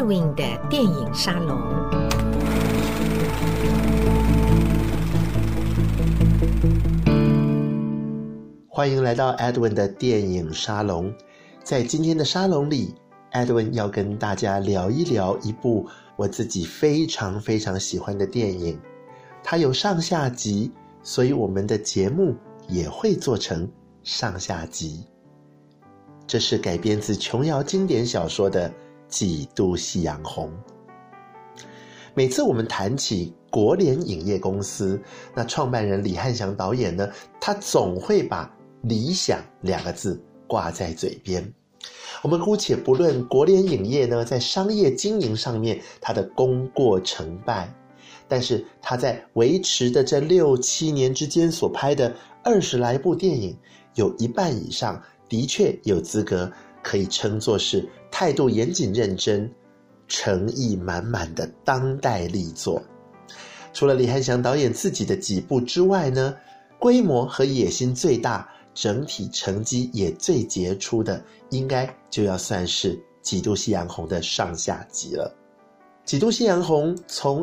Edwin 的电影沙龙。 欢迎来到 Edwin 的电影沙龙。在今天的沙龙里， Edwin 要跟大家聊一聊一部我自己非常非常喜欢的电影。它有上下集，所以我们的节目也会做成上下集。这是改编自琼瑶经典小说的《几度夕阳红》。每次我们谈起国联影业公司，那创办人李翰祥导演呢，他总会把理想2个字挂在嘴边。我们姑且不论国联影业呢在商业经营上面它的功过成败，但是他在维持的这6、7年之间所拍的20来部电影，有一半以上的确有资格可以称作是态度严谨认真、诚意满满的当代力作。除了李翰祥导演自己的几部之外呢，规模和野心最大，整体成绩也最杰出的，应该就要算是《几度夕阳红》的上下集了。《几度夕阳红》从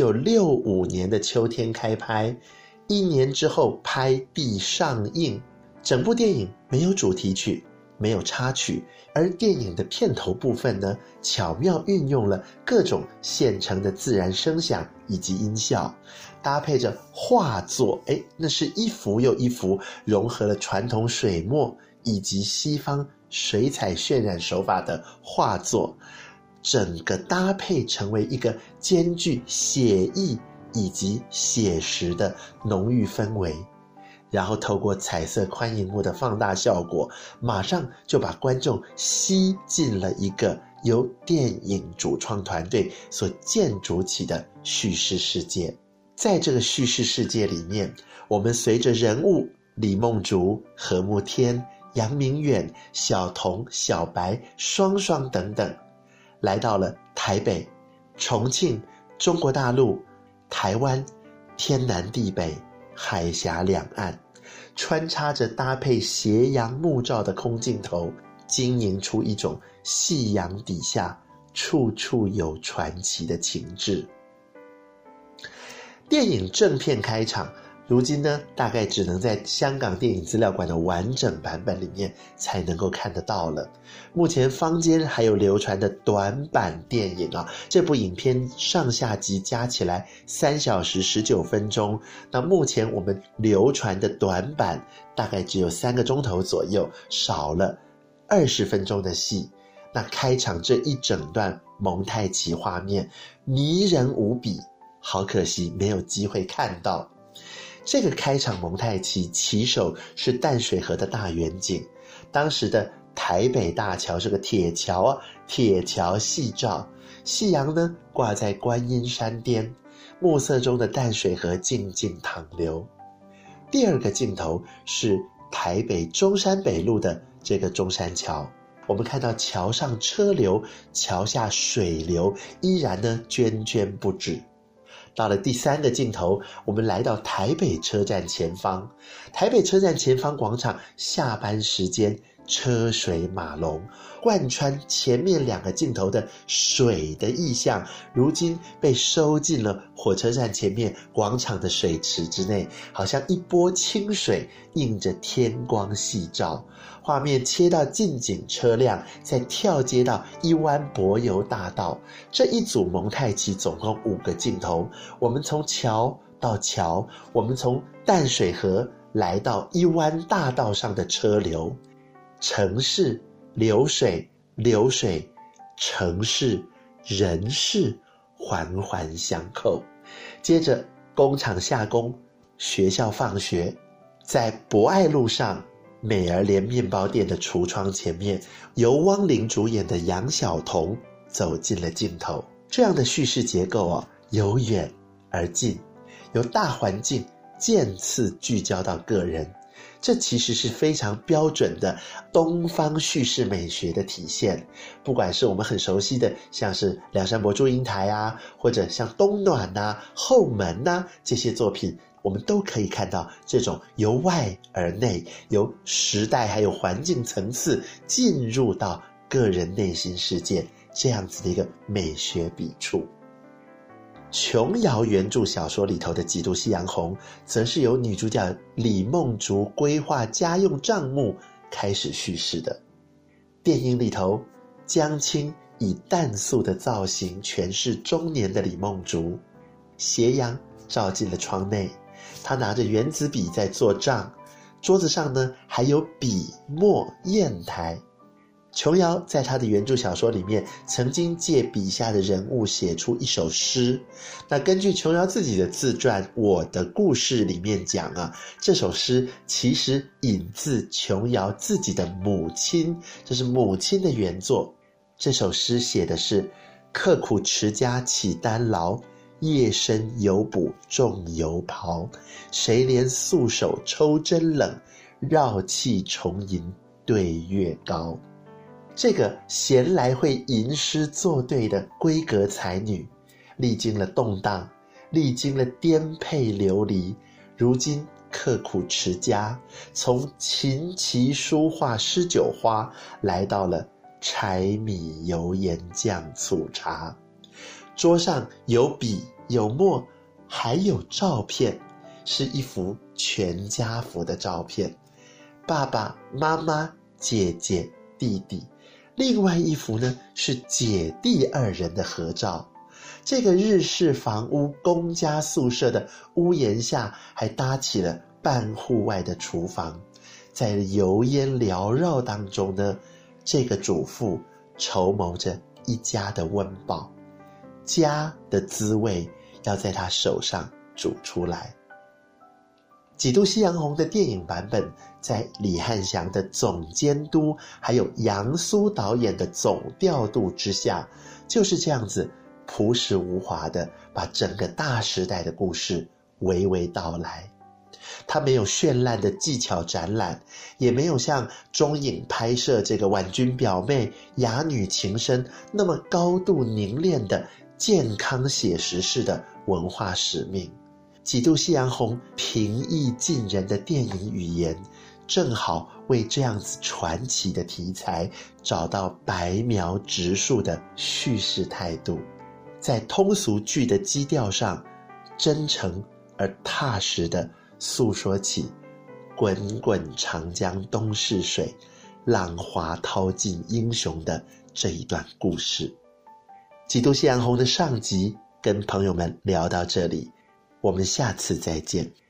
1965年的秋天开拍，1年之后拍毕上映。整部电影没有主题曲，没有插曲，而电影的片头部分呢，巧妙运用了各种现成的自然声响以及音效，搭配着画作，那是一幅又一幅融合了传统水墨以及西方水彩渲染手法的画作，整个搭配成为一个兼具写意以及写实的浓郁氛围。然后透过彩色宽银幕的放大效果，马上就把观众吸进了一个由电影主创团队所建筑起的叙事世界。在这个叙事世界里面，我们随着人物李梦竹、何慕天、杨明远、小童、小白、双双等等，来到了台北、重庆、中国大陆、台湾，天南地北，海峡两岸，穿插着搭配斜阳幕照的空镜头，经营出一种夕阳底下处处有传奇的情致。电影正片开场，如今呢，大概只能在香港电影资料馆的完整版本里面才能够看得到了。目前坊间还有流传的短版电影这部影片上下集加起来3小时19分钟，那目前我们流传的短版大概只有3个钟头左右，少了20分钟的戏。那开场这一整段蒙太奇画面迷人无比，好可惜没有机会看到。这个开场蒙太奇起手是淡水河的大远景，当时的台北大桥是个铁桥铁桥夕照，夕阳呢挂在观音山巅，暮色中的淡水河静静淌流。第二个镜头是台北中山北路的这个中山桥，我们看到桥上车流，桥下水流依然呢涓涓不止。到了第3个镜头，我们来到台北车站前方，台北车站前方广场下班时间车水马龙，贯穿前面2个镜头的水的意象，如今被收进了火车站前面广场的水池之内，好像一波清水映着天光夕照。画面切到近景车辆，再跳接到一湾柏油大道，这一组蒙太奇总共5个镜头，我们从桥到桥，我们从淡水河来到一湾大道上的车流，城市流水，流水城市人事环环相扣。接着工厂下工，学校放学，在博爱路上美而莲面包店的橱窗前面，由汪玲主演的杨晓彤走进了镜头。这样的叙事结构由远而近，由大环境渐次聚焦到个人，这其实是非常标准的东方叙事美学的体现。不管是我们很熟悉的像是梁山伯祝英台或者像冬暖后门这些作品，我们都可以看到这种由外而内，由时代还有环境层次进入到个人内心世界这样子的一个美学笔触。琼瑶原著小说里头的《几度夕阳红》则是由女主角李梦竹规划家用账目开始叙事的。电影里头，江青以淡素的造型诠释中年的李梦竹，斜阳照进了窗内，他拿着原子笔在做账，桌子上呢还有笔墨砚台。琼瑶在她的原著小说里面曾经借笔下的人物写出一首诗，那根据琼瑶自己的自传《我的故事》里面讲啊，这首诗其实引自琼瑶自己的母亲，这是母亲的原作。这首诗写的是刻苦持家起单劳，夜深犹补重油刨，谁怜素手抽针冷，绕气重吟对月高。这个闲来会吟诗作对的闺阁才女，历经了动荡，历经了颠沛流离，如今刻苦持家，从琴棋书画诗酒花来到了柴米油盐酱醋茶。桌上有笔有墨还有照片，是一幅全家福的照片，爸爸妈妈姐姐弟弟。另外一幅呢是姐弟二人的合照。这个日式房屋公家宿舍的屋檐下还搭起了半户外的厨房，在油烟缭绕当中呢，这个主妇筹谋着一家的温饱，家的滋味要在她手上煮出来。几度夕阳红的电影版本在李翰祥的总监督还有杨苏导演的总调度之下，就是这样子朴实无华的把整个大时代的故事娓娓道来。它没有绚烂的技巧展览，也没有像中影拍摄这个婉君表妹哑女情深那么高度凝练的健康写实式的文化使命。几度夕阳红平易近人的电影语言，正好为这样子传奇的题材找到白描直述的叙事态度，在通俗剧的基调上，真诚而踏实地诉说起滚滚长江东逝水，浪花淘尽英雄的这一段故事。几度夕阳红的上集跟朋友们聊到这里，我们下次再见。